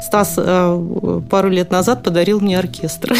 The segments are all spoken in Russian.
Стас пару лет назад подарил мне оркестр.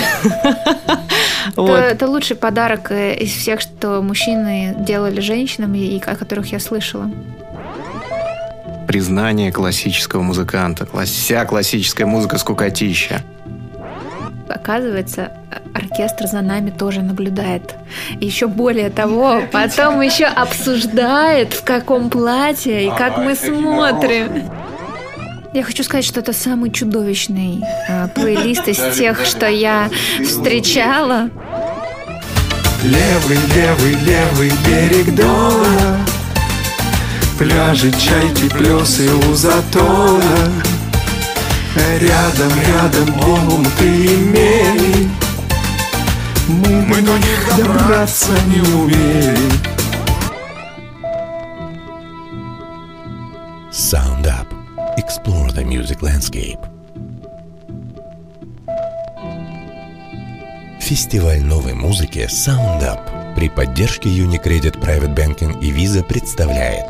Это лучший подарок из всех, что мужчины делали женщинам, и о которых я слышала. Признание классического музыканта. Вся классическая музыка скукотища. Оказывается, оркестр за нами тоже наблюдает. И еще более того, потом еще обсуждает, в каком платье и как мы смотрим. Я хочу сказать, что это самый чудовищный плейлист из тех, что я встречала. Левый, левый, левый берег Дона, пляжи, чайки, плесы у затона. Рядом, рядом омуты и мели, мы до них добраться не умели. Sound Up. Explore the music landscape. Фестиваль новой музыки Sound Up при поддержке Unicredit Private Banking и Visa представляет.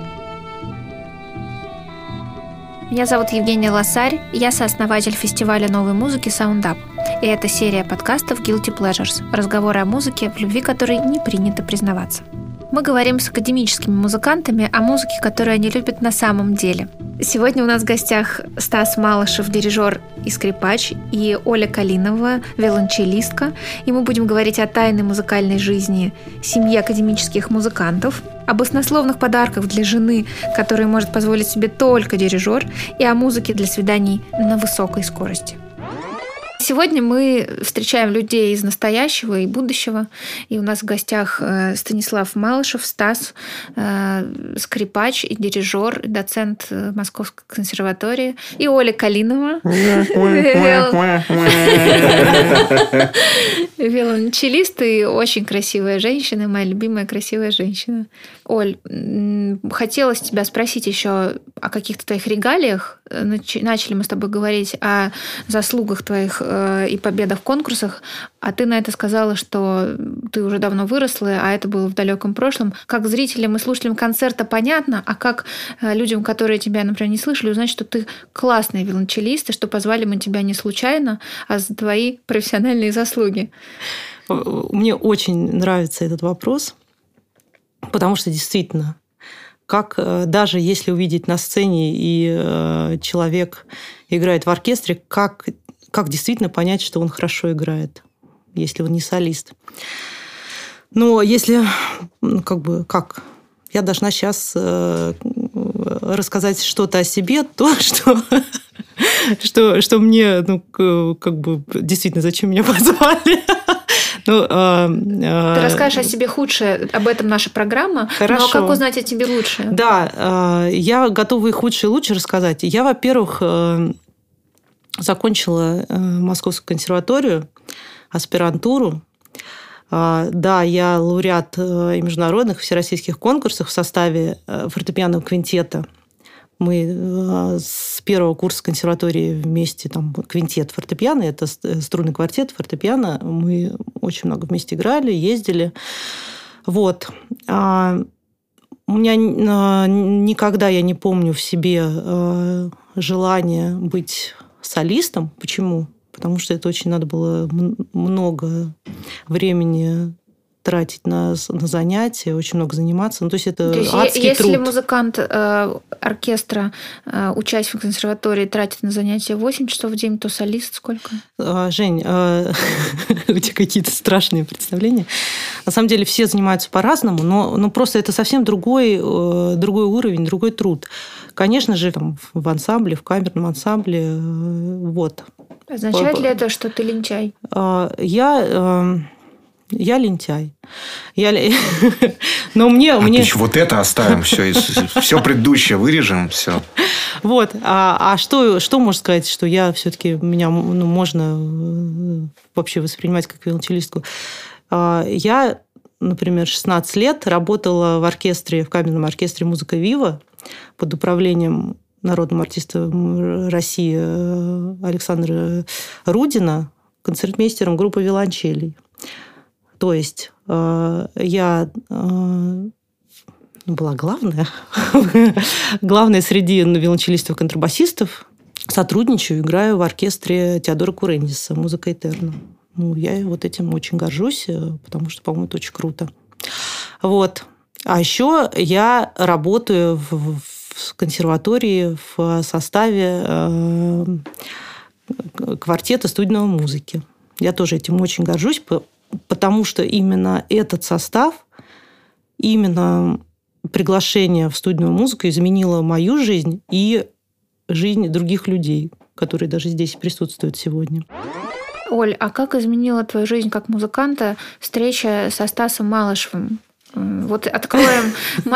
Меня зовут Евгения Лосарь, я сооснователь фестиваля новой музыки Sound Up. И это серия подкастов Guilty Pleasures, разговоры о музыке, в любви которой не принято признаваться. Мы говорим с академическими музыкантами о музыке, которую они любят на самом деле. Сегодня у нас в гостях Стас Малышев, дирижер и скрипач, и Оля Калинова, виолончелистка. И мы будем говорить о тайной музыкальной жизни семьи академических музыкантов, об баснословных подарках для жены, которые может позволить себе только дирижер, и о музыке для свиданий на высокой скорости. Сегодня мы встречаем людей из настоящего и будущего. И у нас в гостях Станислав Малышев, Стас, скрипач и дирижер, и доцент Московской консерватории, и Оля Калинова, виолончелист и очень красивая женщина, моя любимая красивая женщина. Оль, хотелось тебя спросить еще о каких-то твоих регалиях. Начали мы с тобой говорить о заслугах твоих и победах в конкурсах, а ты на это сказала, что ты уже давно выросла, а это было в далеком прошлом. Как зрителям и слушателям концерта понятно, а как людям, которые тебя, например, не слышали, узнать, что ты классный виолончелист, и что позвали мы тебя не случайно, а за твои профессиональные заслуги? Мне очень нравится этот вопрос, потому что действительно, как даже если увидеть на сцене и человек играет в оркестре, как действительно понять, что он хорошо играет, если он не солист. Но если, как я должна сейчас рассказать что-то о себе, то, что мне, действительно, зачем меня позвали. Ты расскажешь о себе худшее, об этом наша программа. Хорошо. Но как узнать о тебе лучшее? Да, я готова и худшее, и лучше рассказать. Я, во-первых, закончила Московскую консерваторию, аспирантуру. Да, я лауреат международных всероссийских конкурсов в составе фортепианного квинтета. Мы с первого курса консерватории вместе, квинтет фортепиано, это струнный квартет фортепиано, мы очень много вместе играли, ездили. Вот. У меня никогда, я не помню в себе желания быть солистом. Почему? Потому что это очень надо было много времени тратить на занятия, очень много заниматься. То есть это адский труд. Если музыкант оркестра, учась в консерватории, тратит на занятия 8 часов в день, то солист сколько? Жень, у тебя какие-то страшные представления. На самом деле все занимаются по-разному, но просто это совсем другой уровень, другой труд. Конечно же, в ансамбле, в камерном ансамбле. Вот. Означает ли это, что ты лентяй? Я лентяй. Но мне... Вот это оставим, все предыдущее вырежем, все. Вот. А что можно сказать, что я все-таки меня можно вообще воспринимать как виолончелистку? Я, например, 16 лет работала в камерном оркестре «Музыка Вива» под управлением народного артиста России Александра Рудина, концертмейстером группы виолончелей. То есть я была главная среди виолончелистов-контрабасистов. сотрудничаю, играю в оркестре Теодора Курендиса «Музыка Этерна». Я вот этим очень горжусь, потому что, по-моему, это очень круто. Вот. А еще я работаю в консерватории в составе квартета студийной музыки. Я тоже этим очень горжусь, потому что именно этот состав, именно приглашение в студийную музыку изменило мою жизнь и жизнь других людей, которые даже здесь присутствуют сегодня. Оль, а как изменила твою жизнь как музыканта встреча со Стасом Малышевым? Вот откроем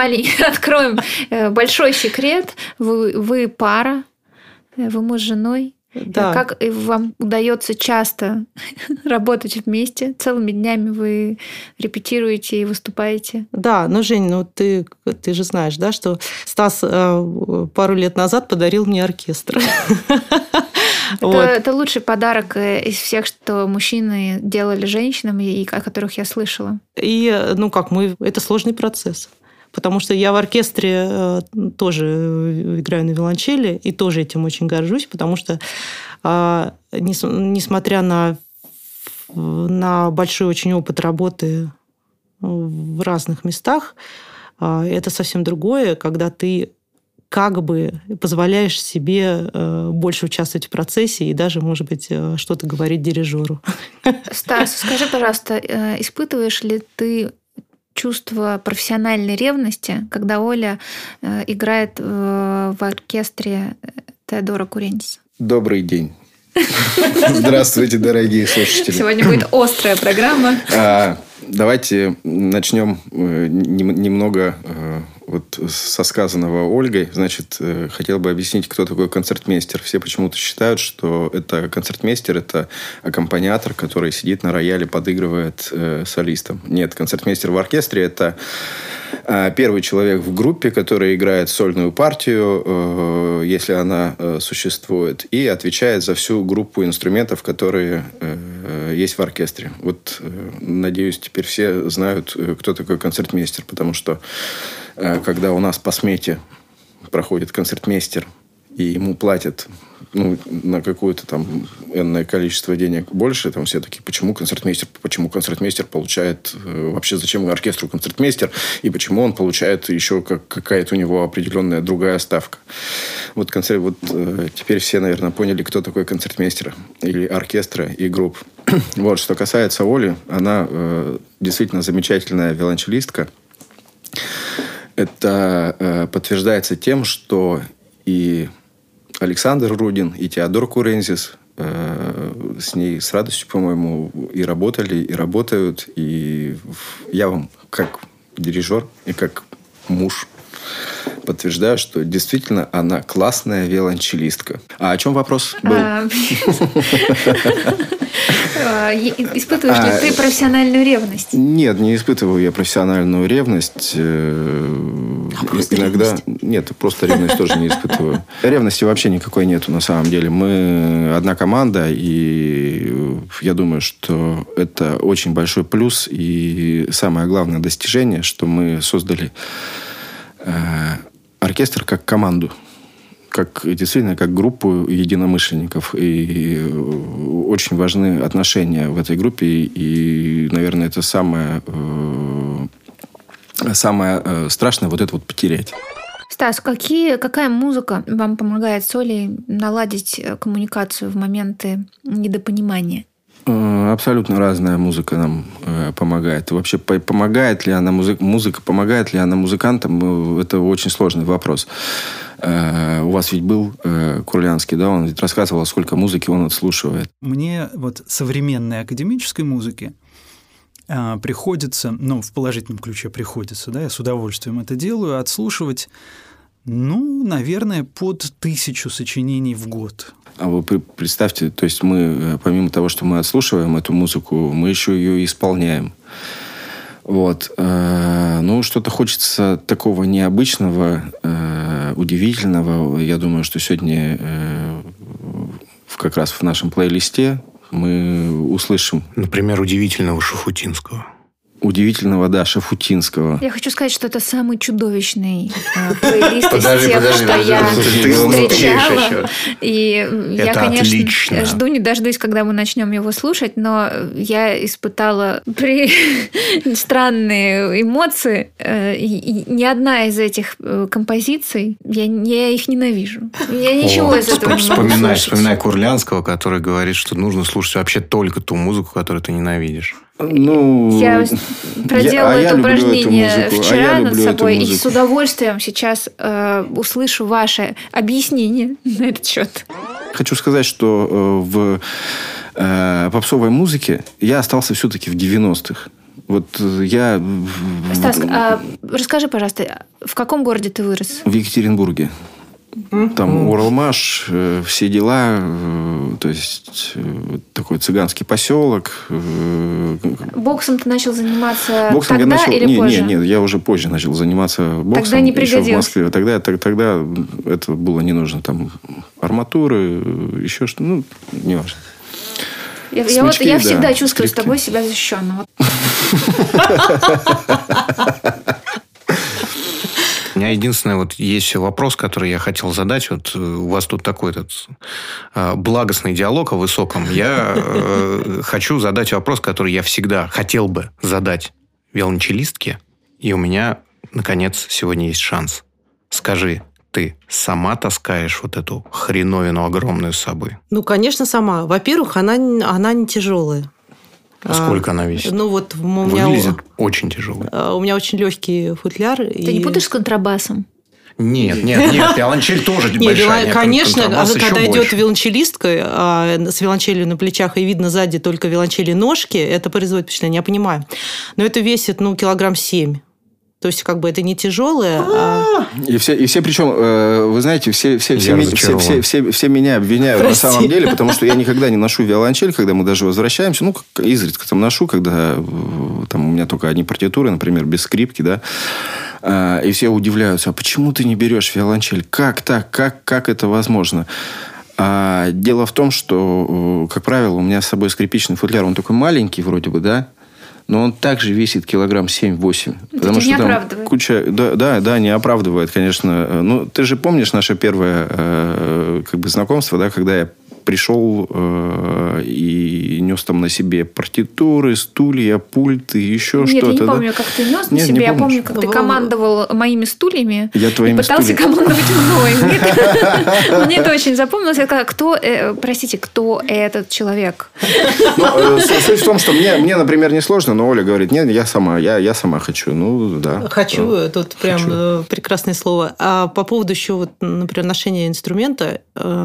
большой секрет. Вы пара, вы муж с женой. Да. Как вам удается часто работать вместе? Целыми днями вы репетируете и выступаете? Да, Жень, ты же знаешь, да, что Стас пару лет назад подарил мне оркестр. Это лучший подарок из всех, что мужчины делали женщинам, и о которых я слышала. И, это сложный процесс. Потому что я в оркестре тоже играю на виолончели, и тоже этим очень горжусь, потому что, несмотря на большой очень опыт работы в разных местах, это совсем другое, когда ты как бы позволяешь себе больше участвовать в процессе и даже, может быть, что-то говорить дирижеру. Стас, скажи, пожалуйста, испытываешь ли ты чувство профессиональной ревности, когда Оля играет в оркестре Теодора Курендиса? Добрый день. Здравствуйте, дорогие слушатели. Сегодня будет острая программа. Давайте начнем немного со сказанного Ольгой. Значит, хотел бы объяснить, кто такой концертмейстер. Все почему-то считают, что концертмейстер – это аккомпаниатор, который сидит на рояле, подыгрывает солистам. Нет, концертмейстер в оркестре – это первый человек в группе, который играет сольную партию, если она существует, и отвечает за всю группу инструментов, которые есть в оркестре. Надеюсь, теперь все знают, кто такой концертмейстер, потому что когда у нас по смете проходит концертмейстер, и ему платят на какое-то там энное количество денег больше, там все такие, почему концертмейстер получает, вообще зачем оркестру концертмейстер, и почему он получает еще какая-то у него определенная другая ставка. Теперь все, наверное, поняли, кто такой концертмейстер или оркестра и групп. Что касается Оли, она действительно замечательная виолончелистка. Это подтверждается тем, что и Александр Рудин, и Теодор Курендис с ней с радостью, по-моему, и работали, и работают. И я вам, как дирижер и как муж, подтверждаю, что действительно она классная виолончелистка. А о чем вопрос был? Испытываешь ли ты профессиональную ревность? Нет, не испытываю я профессиональную ревность. Иногда... Нет, просто ревность тоже не испытываю. Ревности вообще никакой нету на самом деле. Мы одна команда, и я думаю, что это очень большой плюс и самое главное достижение, что мы создали оркестр как команду. Действительно, как группу единомышленников. И очень важны отношения в этой группе. И, наверное, это самое страшное это потерять. Стас, какая музыка вам помогает с Олей наладить коммуникацию в моменты недопонимания? Абсолютно разная музыка нам помогает. Вообще, помогает ли она музыка помогает ли она музыкантам? Это очень сложный вопрос. У вас ведь был Курлянский, да? Он ведь рассказывал, сколько музыки он отслушивает. Мне современной академической музыки приходится, в положительном ключе приходится, да, я с удовольствием это делаю, отслушивать, наверное, под 1000 сочинений в год. А вы представьте, то есть мы, помимо того, что мы отслушиваем эту музыку, мы еще ее исполняем. Что-то хочется такого необычного, удивительного. Я думаю, что сегодня как раз в нашем плейлисте мы услышим... Например, удивительного Шуфутинского. удивительного, да, Шафутинского. Я хочу сказать, что это самый чудовищный плейлист из Подожди, тех, что я ты встречала. И я, Это конечно, отлично. жду не дождусь, когда мы начнем его слушать, но я испытала странные эмоции. И ни одна из этих композиций, я их ненавижу. Я ничего из этого не могу слушать. Вспоминай Курлянского, который говорит, что нужно слушать вообще только ту музыку, которую ты ненавидишь. Ну, Я проделала это упражнение эту музыку, вчера над собой, и музыку. с удовольствием сейчас услышу ваше объяснение на этот счет. Хочу сказать, что в попсовой музыке я остался все-таки в 90-х. Вот я... Стас, расскажи, пожалуйста, в каком городе ты вырос? В Екатеринбурге. Там Уралмаш, все дела, то есть такой цыганский поселок. Боксом ты начал заниматься Боксом тогда или позже? Нет, я уже позже начал заниматься боксом. Тогда не еще в пригодилось. Москве. Тогда это было не нужно. Там арматуры, еще что-то, ну, не важно. Я Смычки, да, всегда чувствую скрипки. с тобой себя защищенным. У меня единственное, вот есть вопрос, который я хотел задать. Вот у вас тут такой этот благостный диалог о высоком. Я хочу задать вопрос, который я всегда хотел бы задать виолончелистке. И у меня, наконец, сегодня есть шанс. Скажи, ты сама таскаешь вот эту хреновину огромную с собой? Ну, конечно, сама. Во-первых, она не тяжелая. Сколько она весит? Ну, вот у меня... Выглядит очень тяжело. У меня очень легкий футляр. Ты не путаешь с контрабасом? Нет, виолончель тоже большая. Конечно, контрабас еще когда идет больше. виолончелистка с виолончелью на плечах и видно сзади только виолончели ножки, это производит впечатление, я понимаю. Но это весит, килограмм 7. То есть, как бы это не тяжелое. И все причем, вы знаете, все меня обвиняют на самом деле, потому что я никогда не ношу виолончель, когда мы даже возвращаемся. Ну, изредка там ношу, когда там у меня только одни партитуры, например, без скрипки, да. И все удивляются, а почему ты не берешь виолончель? Как так? Как это возможно? А дело в том, что, как правило, у меня с собой скрипичный футляр, он такой маленький вроде бы, да? Но он также весит килограмм 7-8. Потому что не там оправдывает. куча... Да, не оправдывает, конечно. Ну, ты же помнишь наше первое знакомство, да, когда я пришел и нес там на себе партитуры, стулья, пульты, еще Нет, что-то. я не да? помню, как ты нес на Нет, себе. не Я помнишь? помню, как ты командовал моими стульями. Я твоими и пытался стульями. командовать мной. Мне это очень запомнилось. Я сказала, кто этот человек? Суть в том, что мне, например, не сложно, но Оля говорит, нет, я сама хочу. Ну, да. Хочу, тут прям прекрасное слово. А по поводу еще, например, ношения инструмента...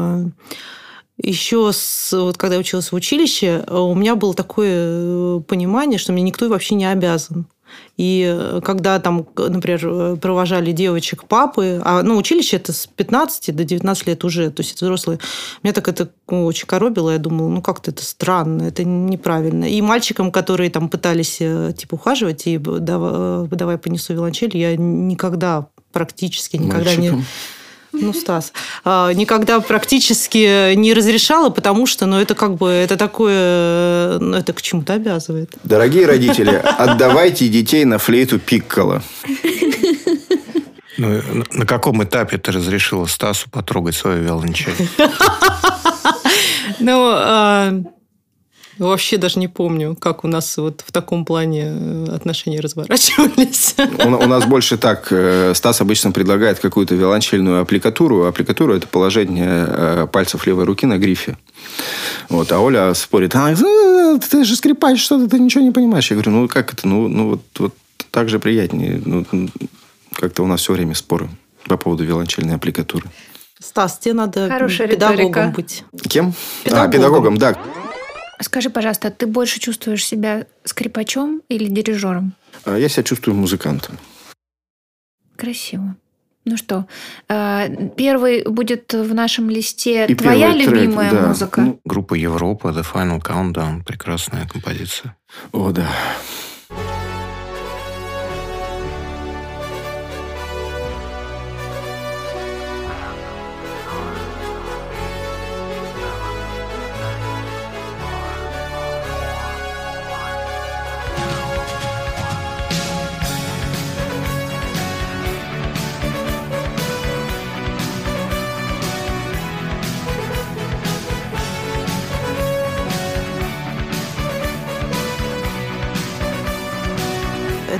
Еще, когда я училась в училище, у меня было такое понимание, что мне никто вообще не обязан. И когда там, например, провожали девочек папы, училище это с 15 до 19 лет уже, то есть это взрослые, меня так это очень коробило, я думала, как-то это странно, это неправильно. И мальчикам, которые там пытались ухаживать и давай понесу виолончель, я практически никогда не... Стас, никогда практически не разрешала, потому что, это такое, это к чему-то обязывает. Дорогие родители, отдавайте детей на флейту пикколо. На каком этапе ты разрешила Стасу потрогать свою виолончель? Вообще даже не помню, как у нас в таком плане отношения разворачивались. У нас больше так. Стас обычно предлагает какую-то виолончельную аппликатуру. Аппликатура – это положение пальцев левой руки на грифе. А Оля спорит, ты же скрипач, что ты ничего не понимаешь. Я говорю, как это? Вот так же приятнее. Как-то у нас все время споры по поводу виолончельной аппликатуры. Стас, тебе надо Хорошая педагогом риторика. быть. Кем? Педагогом, да. Скажи, пожалуйста, ты больше чувствуешь себя скрипачом или дирижером? Я себя чувствую музыкантом. Красиво. Ну что, первый будет в нашем листе И твоя первый трек, любимая да. музыка? Группа Европа, The Final Countdown. Прекрасная композиция. О, да.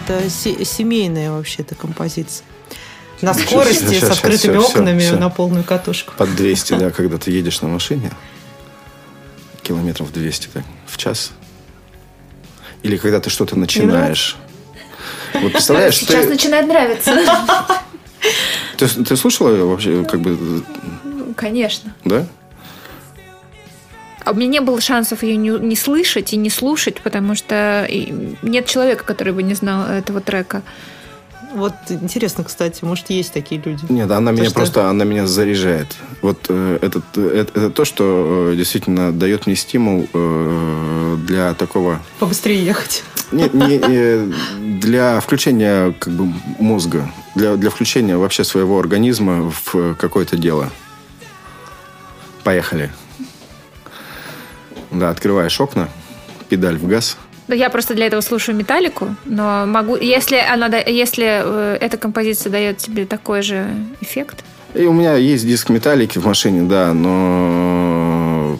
это семейная вообще-то композиция. На скорости, с открытыми окнами, на полную катушку. Под 200, да, когда ты едешь на машине, километров 200 так, в час. Или когда ты что-то начинаешь. Вот представляешь, сейчас начинает нравиться. Ты слушала ее вообще, как бы... Конечно. Да? А у меня не было шансов ее не слышать и не слушать, потому что нет человека, который бы не знал этого трека. Вот интересно, кстати, может, есть такие люди? Нет, она меня заряжает. Вот это то, что действительно дает мне стимул для такого... Побыстрее ехать. Для включения как бы мозга, для включения вообще своего организма в какое-то дело. Поехали. Да, открываешь окна, педаль в газ. Да, я просто для этого слушаю «Металлику», но могу, если эта композиция дает тебе такой же эффект. И у меня есть диск «Металлики» в машине, да, но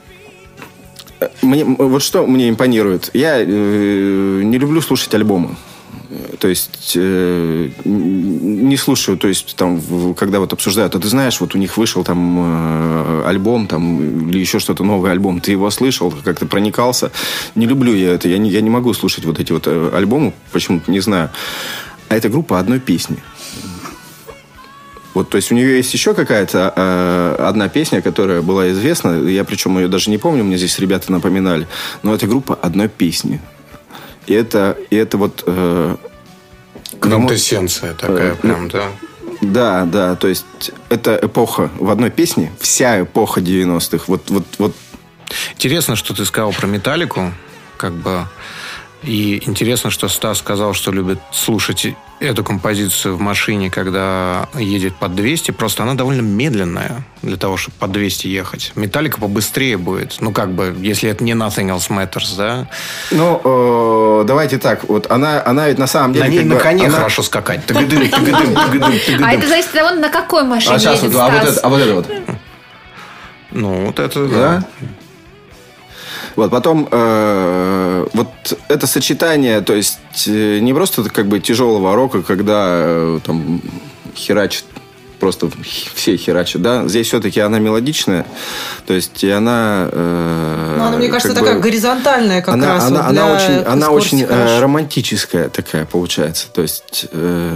вот что мне импонирует. Я не люблю слушать альбомы. То есть не слушаю, то есть там, когда вот обсуждают, а ты знаешь, вот у них вышел там альбом, там, или еще что-то, новый альбом, ты его слышал, как-то проникался. Не люблю я это, я не могу слушать вот эти вот альбомы, почему-то не знаю. А это группа одной песни. Вот, то есть у нее есть еще какая-то одна песня, которая была известна, я причем ее даже не помню, мне здесь ребята напоминали, но это группа одной песни. И это вот... Квинтэссенция такая прям, да? Да, то есть это эпоха в одной песне, вся эпоха 90-х. Вот. Интересно, что ты сказал про «Металлику», как бы... И интересно, что Стас сказал, что любит слушать эту композицию в машине, когда едет под 200. Просто она довольно медленная для того, чтобы под 200 ехать. «Металлика» побыстрее будет. Ну, как бы, если это не Nothing Else Matters, да? Ну, давайте так. Вот она ведь на самом деле... На ней на коне хорошо скакать. Тыгыдым. А это зависит от того, на какой машине едет Стас. А вот это вот. Ну, вот это, да. Вот, потом вот это сочетание, то есть не просто как бы тяжелого рока, когда там херачит, просто все херачат, да, здесь все-таки она мелодичная, то есть и она... она, мне кажется, такая горизонтальная как раз. Она очень романтическая такая получается, то есть...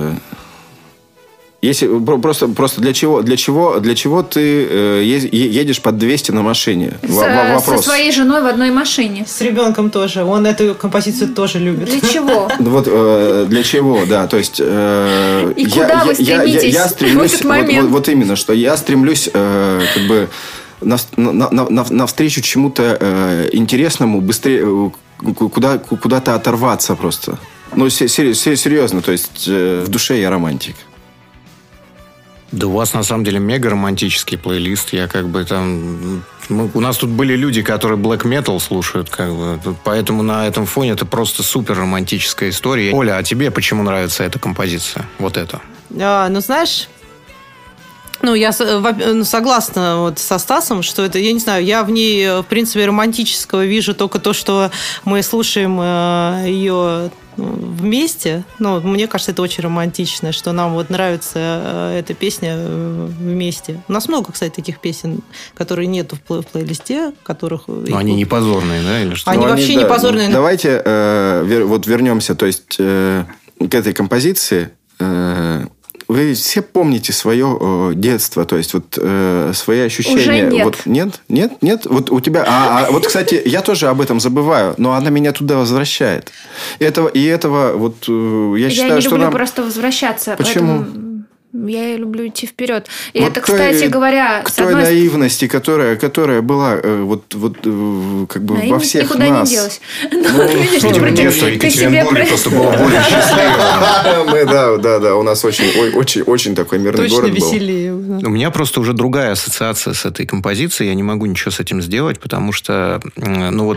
Если просто для чего ты едешь под 200 на машине? Вопрос. Со своей женой в одной машине. С ребенком тоже. Он эту композицию тоже любит. Для чего? Вот для чего, да. То есть и куда вы стремитесь в этот момент? Вот именно, что я стремлюсь как бы навстречу чему-то интересному, быстрее, куда-то оторваться просто. Ну, серьезно, то есть в душе я романтик. Да у вас, на самом деле, мега романтический плейлист. Я как бы там... у нас тут были люди, которые black metal слушают, как бы. Поэтому на этом фоне это просто супер романтическая история. Оля, а тебе почему нравится эта композиция? Вот эта? Ну, знаешь... Ну, я согласна вот со Стасом, что это, я не знаю, я в ней, в принципе, романтического вижу только то, что мы слушаем ее вместе. Ну, мне кажется, это очень романтично, что нам вот нравится эта песня вместе. У нас много, кстати, таких песен, которые нету в плейлисте, которых... Но они не позорные, да? Или что? Они вообще не позорные. Давайте вот вернемся, то есть к этой композиции... Вы все помните свое детство, то есть вот свои ощущения. Уже нет. Вот, нет. Вот у тебя. Вот, кстати, я тоже об этом забываю, но она меня туда возвращает. И этого вот я считаю, что я не люблю просто возвращаться. Почему? Я люблю идти вперед. И вот это, кстати говоря, к той наивности, которая была вот как бы во всех никуда нас. Не делась. Видимо, детство в Екатеринбурге просто было более счастливым. Да, у нас очень такой мирный город был. Точно веселее. У меня просто уже другая ассоциация с этой композицией. Я не могу ничего с этим сделать, потому что, ну вот,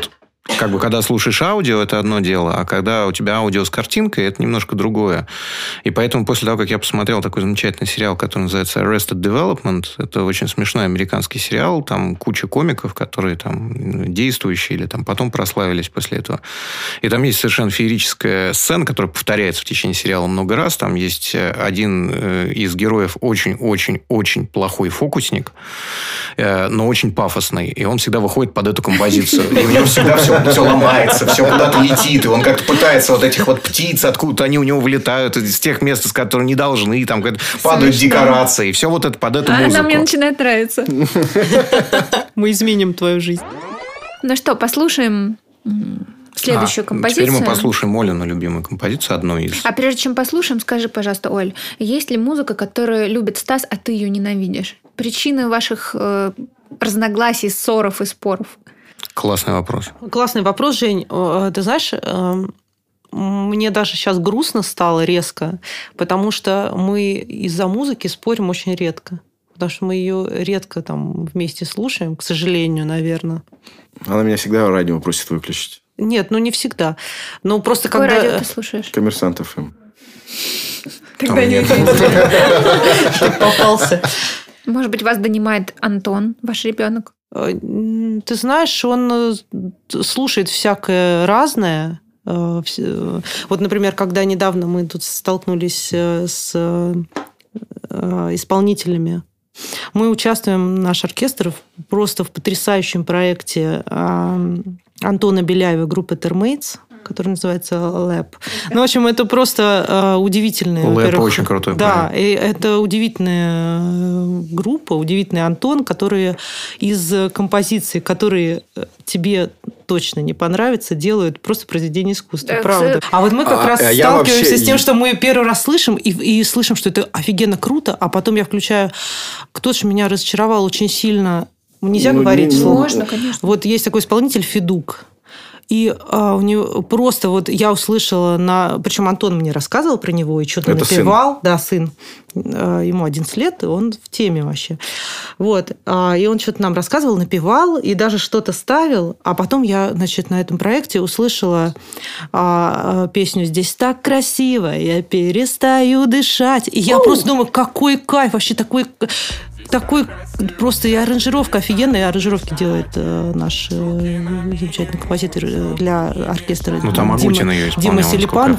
Как бы, когда слушаешь аудио, это одно дело, а когда у тебя аудио с картинкой, это немножко другое. И поэтому после того, как я посмотрел такой замечательный сериал, который называется Arrested Development, это очень смешной американский сериал, там куча комиков, которые там действующие или там потом прославились после этого. И там есть совершенно феерическая сцена, которая повторяется в течение сериала много раз. Там есть один из героев очень-очень-очень плохой фокусник, но очень пафосный. И он всегда выходит под эту композицию. И у него всегда все ломается, все куда-то летит, и он как-то пытается вот этих вот птиц, откуда-то они у него вылетают, из тех мест, с которых не должны, там падают декорации, и все вот это под эту музыку. Она мне начинает нравиться. Мы изменим твою жизнь. Ну что, послушаем следующую композицию. Теперь мы послушаем Олину любимую композицию, одну из. А прежде чем послушаем, скажи, пожалуйста, Оль, есть ли музыка, которую любит Стас, а ты ее ненавидишь? Причины ваших разногласий, ссоров и споров? Классный вопрос. Классный вопрос, Жень. Ты знаешь, мне даже сейчас грустно стало резко, потому что мы из-за музыки спорим очень редко. Потому что мы ее редко там вместе слушаем, к сожалению, наверное. Она меня всегда радио просит выключить. Нет, не всегда. Но просто какое когда... радио ты слушаешь? Коммерсант ФМ. Тогда нет. Чтоб попался. Может быть, вас донимает Антон, ваш ребенок? Ты знаешь, он слушает всякое разное. Вот, например, когда недавно мы тут столкнулись с исполнителями, мы участвуем, наш оркестр, просто в потрясающем проекте Антона Беляева группы Termates, который называется Lab. Ну, в общем, это просто удивительная... Lab очень крутой проект. Да, и это удивительная группа, удивительный Антон, которые из композиций, которые тебе точно не понравятся, делают просто произведение искусства. Правда. А вот мы как раз сталкиваемся с тем, что мы первый раз слышим, и слышим, что это офигенно круто, а потом я включаю... Кто-то же меня разочаровал очень сильно. Нельзя говорить вслух. Можно, конечно. Вот есть такой исполнитель Федук. И у него просто вот я услышала причем Антон мне рассказывал про него и что-то напевал. Сын. Да, сын. Ему 11 лет, и он в теме вообще. Вот. И он что-то нам рассказывал, напевал, и даже что-то ставил. А потом я, значит, на этом проекте услышала песню «Здесь так красиво, я перестаю дышать». И я просто думаю, какой кайф, вообще такой просто и аранжировка офигенная. Аранжировки делает наш замечательный композитор для оркестра. Ну, там Агутин ее исполнял. Дима Селипанов.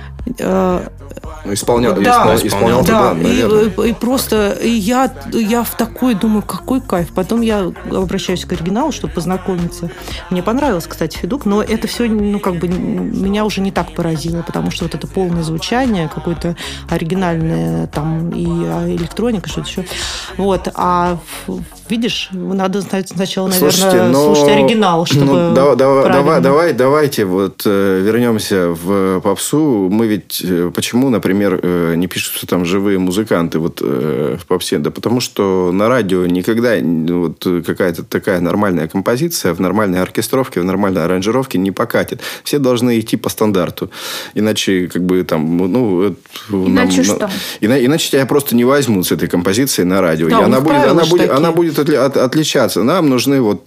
Исполнял, да. И просто я в такой думаю, какой кайф. Потом я обращаюсь к оригиналу, чтобы познакомиться. Мне понравилось, кстати, Федук, но это все, меня уже не так поразило, потому что вот это полное звучание, какое-то оригинальное там и электроника, что-то еще. Вот. А видишь, надо сначала, наверное, слушать оригинал, чтобы давайте вот вернемся в попсу. Мы ведь почему, например, не пишут, что там живые музыканты вот в попсе? Да потому что на радио никогда вот какая-то такая нормальная композиция в нормальной оркестровке, в нормальной аранжировке не покатит. Все должны идти по стандарту. Иначе как бы там... Иначе что? Иначе тебя просто не возьмут с этой композицией на радио. Да, она будет отличаться. Нам нужны вот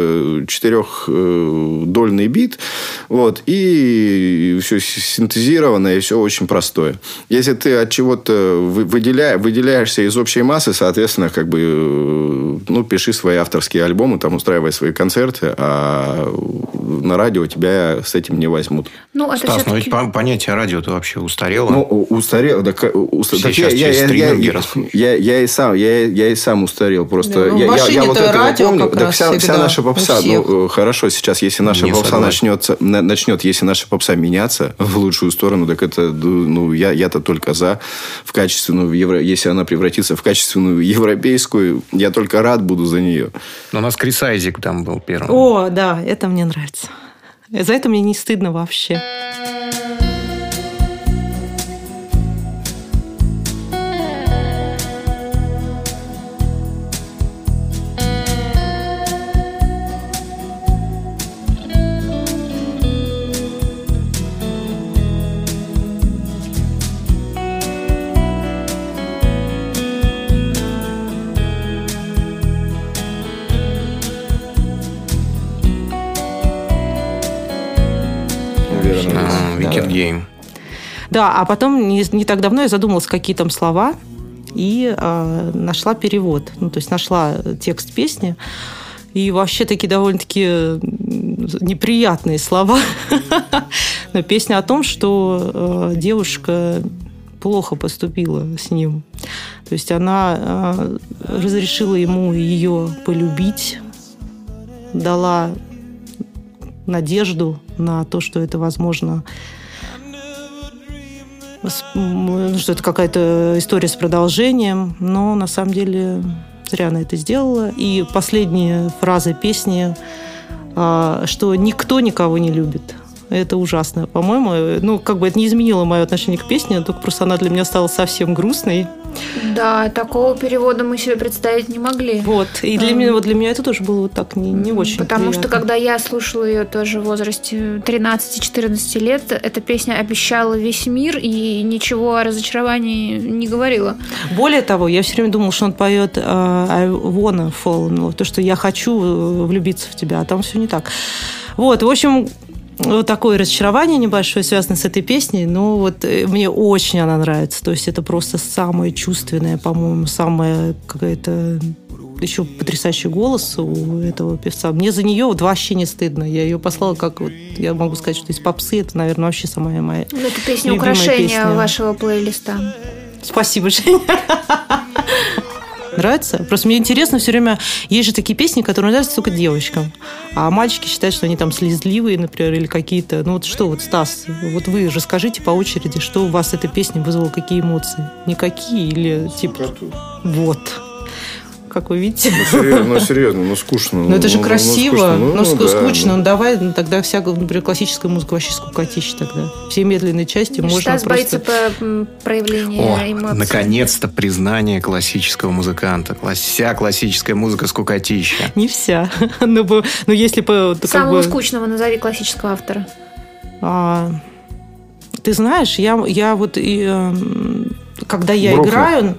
4-дольный бит, вот, и все синтезированное, и все очень простое. Если ты от чего-то выделяешься из общей массы, соответственно, как бы, пиши свои авторские альбомы, там, устраивай свои концерты, а на радио тебя с этим не возьмут. Стас, ведь понятие радио-то вообще устарело. Устарело. Я и сам устарел. Просто я вот этого помню. Так вся наша попса, хорошо, сейчас, если наша попса начнет, если наша попса меняться в лучшую сторону, так это, я-то только за. В качественную, если она превратится в качественную европейскую, я только рад буду за нее. Но у нас Крис Айзек там был первым. О, да, это мне нравится. За это мне не стыдно вообще. Wicked Game. Да, а потом не так давно я задумалась, какие там слова, и нашла перевод. Ну, то есть нашла текст песни. И вообще такие довольно-таки неприятные слова. Но песня о том, что девушка плохо поступила с ним. То есть она разрешила ему ее полюбить, дала надежду на то, что это возможно, что это какая-то история с продолжением, но на самом деле зря она это сделала. И последняя фраза песни, что никто никого не любит. Это ужасно. По-моему, ну, как бы это не изменило мое отношение к песне, только просто она для меня стала совсем грустной. Да, такого перевода мы себе представить не могли. Вот. И для меня это тоже было вот так не очень Потому приятно. что, когда я слушала ее тоже в возрасте 13-14 лет, эта песня обещала весь мир и ничего о разочаровании не говорила. Более того, я все время думала, что он поет I wanna fall in love, то, что я хочу влюбиться в тебя, а там все не так. Вот, в общем, вот такое разочарование небольшое, связанное с этой песней, но вот мне очень она нравится. То есть это просто самая чувственная, по-моему, самая какая-то еще потрясающий голос у этого певца. Мне за нее вот вообще не стыдно. Я ее послала как вот, я могу сказать, что из попсы это, наверное, вообще самая моя Это песня любимая украшения песня вашего плейлиста. Спасибо, Женя. Нравится? Просто мне интересно все время... Есть же такие песни, которые нравятся только девочкам. А мальчики считают, что они там слезливые, например, или какие-то... Ну вот что, вот, Стас, вот вы расскажите по очереди, что у вас эта песня вызвала, какие эмоции? Никакие или типа... Вот. Как вы видите. Ну, серьезно, скучно. Ну, это же красиво, скучно. Да. Давай тогда всякая, например, классическая музыка вообще скукотища тогда. Все медленные части можно Стас просто... боится проявления эмоций. Наконец-то признание классического музыканта. Вся классическая музыка скукотища. Не вся. Но если бы... Самого скучного назови классического автора. Ты знаешь, я вот... Когда я играю...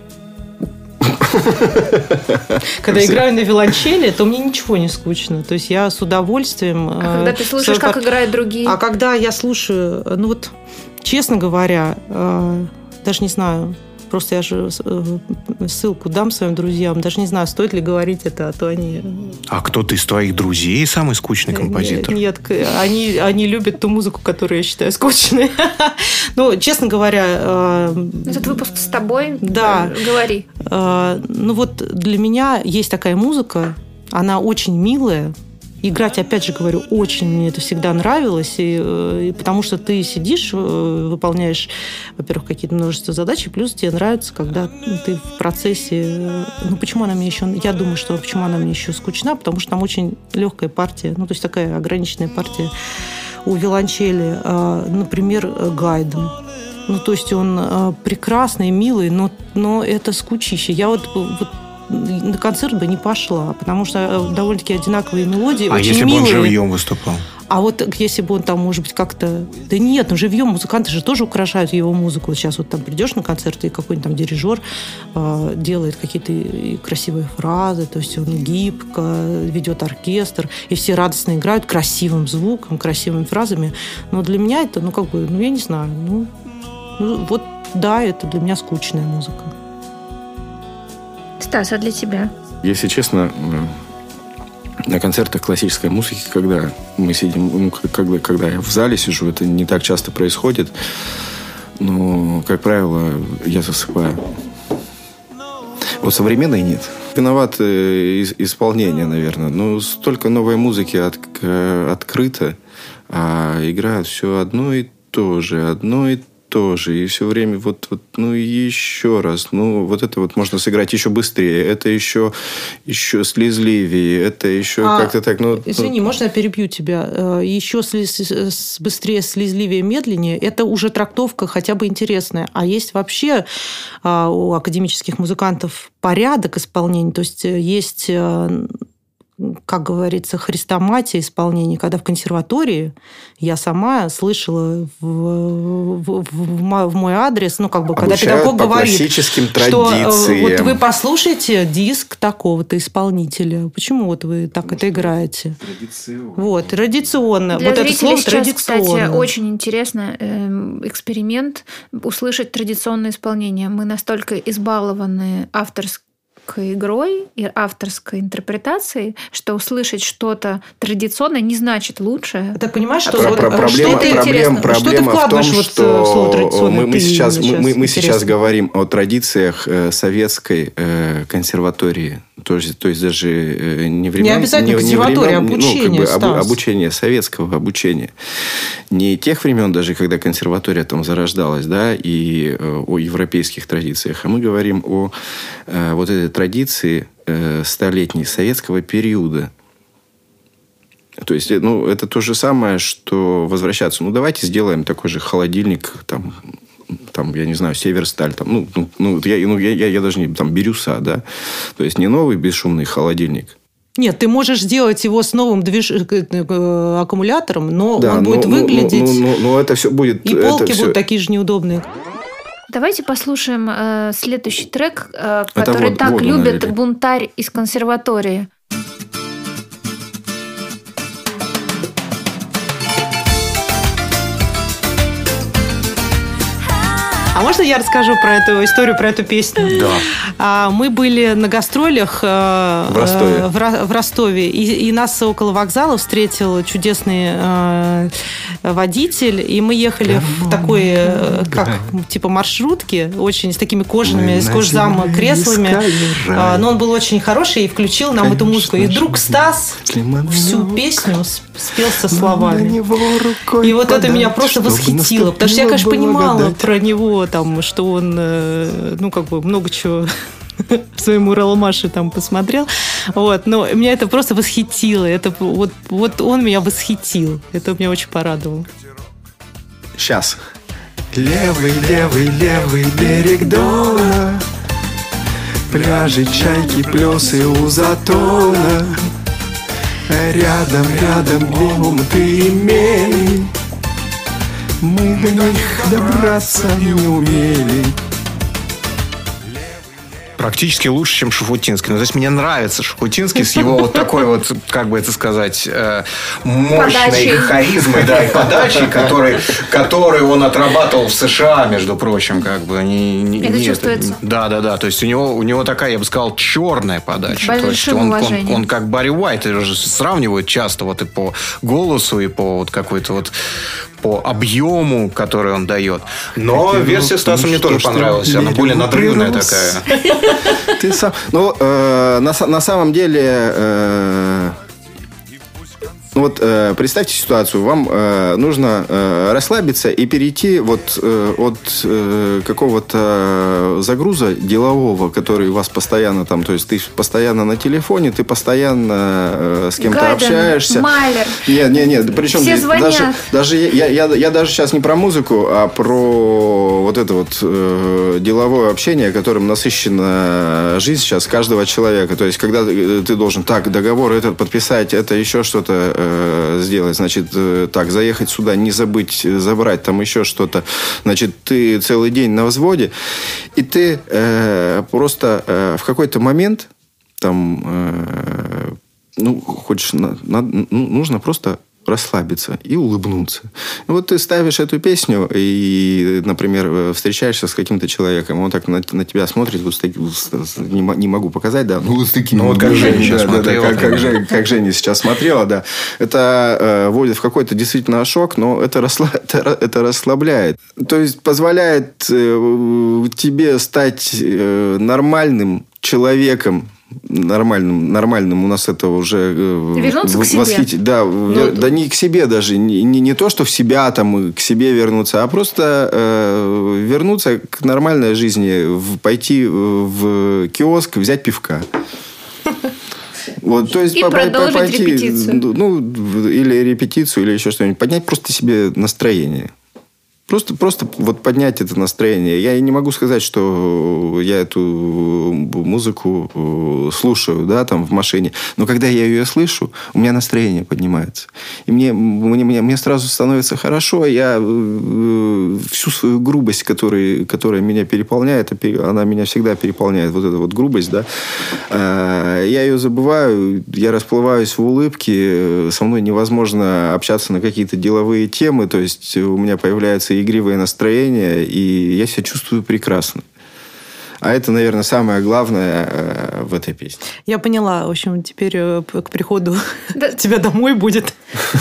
Когда играю на виолончели, то мне ничего не скучно. То есть я с удовольствием... А когда ты слушаешь, как играют другие? А когда я слушаю... Ну вот, честно говоря, даже не знаю... Просто я же ссылку дам своим друзьям. Даже не знаю, стоит ли говорить это, а то они... А кто-то из твоих друзей самый скучный композитор? Нет, они любят ту музыку, которую я считаю скучной. Ну, честно говоря... Этот выпуск с тобой? Да. Говори. Ну вот для меня есть такая музыка, она очень милая. Играть, опять же говорю, очень мне это всегда нравилось, и потому что ты сидишь, выполняешь, во-первых, какие-то множество задач, и плюс тебе нравится, когда ты в процессе... Ну, почему она мне еще... Я думаю, что почему она мне еще скучна, потому что там очень легкая партия, ну, то есть такая ограниченная партия у виолончели, например, Гайден. Ну, то есть он прекрасный, милый, но это скучище. Я вот на концерт бы не пошла, потому что довольно-таки одинаковые мелодии, очень если милые. бы он живьем выступал? А вот если бы он там, может быть, как-то... Да нет, ну живьем музыканты же тоже украшают его музыку. Вот сейчас вот там придешь на концерт, и какой-нибудь там дирижер делает какие-то красивые фразы, то есть он гибко ведет оркестр, и все радостно играют красивым звуком, красивыми фразами. Но для меня это, я не знаю, вот да, это для меня скучная музыка. Стас, а для тебя? Если честно, на концертах классической музыки, когда мы сидим, когда я в зале сижу, это не так часто происходит, но, как правило, я засыпаю. Вот современной нет. Виноват исполнение, наверное. Но столько новой музыки открыто, а играют все одно и то же, и все время еще раз. Вот это вот можно сыграть еще быстрее, это еще слезливее, это еще как-то так. Извини, можно я перебью тебя? Еще быстрее, слезливее, медленнее, это уже трактовка хотя бы интересная. А есть вообще у академических музыкантов порядок исполнения, то есть есть как говорится, хрестоматия исполнения, когда в консерватории я сама слышала в мой адрес, ну, как бы, когда педагог говорит, классическим что традициям. вот вы послушайте диск такого-то исполнителя. Почему вот вы так это играете? Традиционно. Вот, традиционно. Для вот это слово зрителей сейчас, кстати, традиционно. очень интересно эксперимент услышать традиционное исполнение. Мы настолько избалованы авторской игрой и авторской интерпретацией, что услышать что-то традиционное не значит лучше. Ты понимаешь, что Проблема в том, что мы сейчас говорим о традициях советской консерватории. То есть даже не времен... Не обязательно консерватория, обучение, обучение, советского обучения. Не тех времен даже, когда консерватория там зарождалась, да, и о европейских традициях. А мы говорим о вот этой традиции столетней советского периода. То есть, это то же самое, что возвращаться. Давайте сделаем такой же холодильник, там, я не знаю, Северсталь, там, я даже не, там, Бирюса, да. То есть, не новый бесшумный холодильник. Нет, ты можешь сделать его с новым аккумулятором, но он будет выглядеть... Но это все будет... И полки будут такие же неудобные. Давайте послушаем следующий трек, который так любит бунтарь из консерватории. А можно я расскажу про эту историю, про эту песню? Да. Мы были на гастролях в Ростове, и нас около вокзала встретил чудесный водитель, и мы ехали в такой, типа маршрутки, очень с такими кожаными, с кожзам креслами. Но он был очень хороший и включил нам эту музыку. И вдруг Стас всю песню спел со словами. И вот это меня просто восхитило, потому что я, конечно, понимала про него, там, что он, много чего в своем Уралмаше там посмотрел. Вот, но меня это просто восхитило. Это, вот он меня восхитил. Это меня очень порадовало. Сейчас. Левый, левый, левый берег Дона, пляжи, чайки, плесы у затона. Рядом, рядом омуты и мели, мы до них добраться не умели. Практически лучше, чем Шуфутинский. То есть, мне нравится Шуфутинский с его вот такой вот, как бы это сказать, мощной харизмой, да, и подачей, который он отрабатывал в США, между прочим, как бы. Это чувствуется. Да. То есть, у него такая, я бы сказал, черная подача. То есть, он как Барри Уайт, его же сравнивают часто вот и по голосу, и по вот какой-то вот по объему, который он дает. Но версия Стаса мне тоже понравилась. Она более надрывная такая. Ты сам... на самом деле... представьте ситуацию. Вам нужно расслабиться и перейти от какого-то загруза делового, который у вас постоянно там, то есть ты постоянно на телефоне, ты постоянно с кем-то общаешься. Майлер. Нет. Причем все звонят. Даже я даже сейчас не про музыку, а про вот это вот деловое общение, которым насыщена жизнь сейчас каждого человека. То есть, когда ты должен договор этот подписать, это еще что-то сделать, значит, заехать сюда, не забыть забрать там еще что-то, значит, ты целый день на взводе, и ты просто в какой-то момент там нужно просто расслабиться и улыбнуться. Вот ты ставишь эту песню и, например, встречаешься с каким-то человеком, он так на тебя смотрит, вот с таким, не могу показать, да, вот с таким. Вот как Женя сейчас смотрела. Как Женя сейчас смотрела, да. Это вводит в какой-то действительно шок, но это расслабляет. То есть позволяет тебе стать нормальным человеком, нормальным у нас это уже вернуться к себе. Да, да не к себе даже, не то, что в себя там к себе вернуться, а просто вернуться к нормальной жизни, пойти в киоск, взять пивка. Вот, то есть и продолжить репетицию. Или репетицию, или еще что-нибудь. Поднять просто себе настроение. Просто вот поднять это настроение. Я не могу сказать, что я эту музыку слушаю, да, там в машине. Но когда я ее слышу, у меня настроение поднимается. И мне сразу становится хорошо. Я всю свою грубость, которая меня переполняет, она меня всегда переполняет. Вот эта вот грубость, да. Я ее забываю, я расплываюсь в улыбке. Со мной невозможно общаться на какие-то деловые темы. То есть у меня появляется игривое настроение, и я себя чувствую прекрасно. А это, наверное, самое главное в этой песне. Я поняла. В общем, теперь к приходу тебя домой будет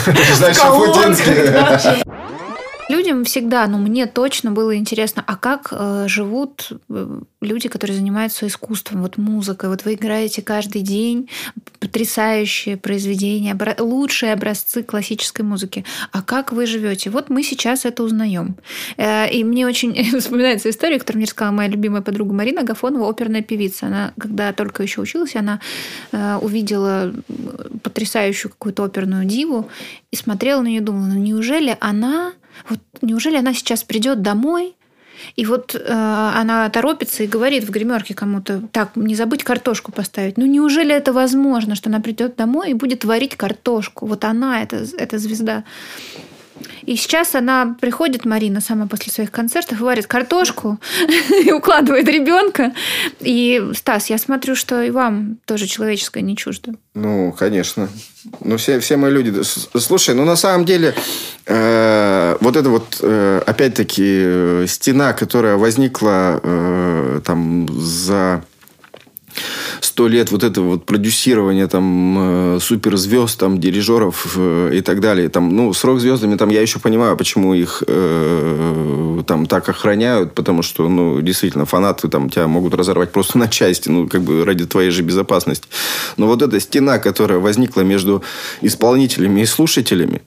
колонка. Людям всегда, мне точно было интересно, а как живут люди, которые занимаются искусством, вот музыкой. Вот вы играете каждый день потрясающие произведения, лучшие образцы классической музыки. А как вы живете? Вот мы сейчас это узнаем. И мне очень вспоминается история, которую мне рассказала моя любимая подруга Марина Агафонова, оперная певица. Она, когда только еще училась, она увидела потрясающую какую-то оперную диву и смотрела на нее и думала, неужели она сейчас придет домой, и вот она торопится и говорит в гримерке кому-то, так, не забыть картошку поставить. Неужели это возможно, что она придет домой и будет варить картошку? Вот она, эта звезда. И сейчас она приходит, Марина, сама после своих концертов, варит картошку и укладывает ребенка. И, Стас, я смотрю, что и вам тоже человеческое не чуждо. Конечно. Все мы люди. Слушай, на самом деле, вот это вот, опять-таки, стена, которая возникла там за 100 лет вот этого вот продюсирования там суперзвезд, там дирижеров и так далее. Там, с рок-звездами там я еще понимаю, почему их там так охраняют, потому что, действительно, фанаты там тебя могут разорвать просто на части, ради твоей же безопасности. Но вот эта стена, которая возникла между исполнителями и слушателями,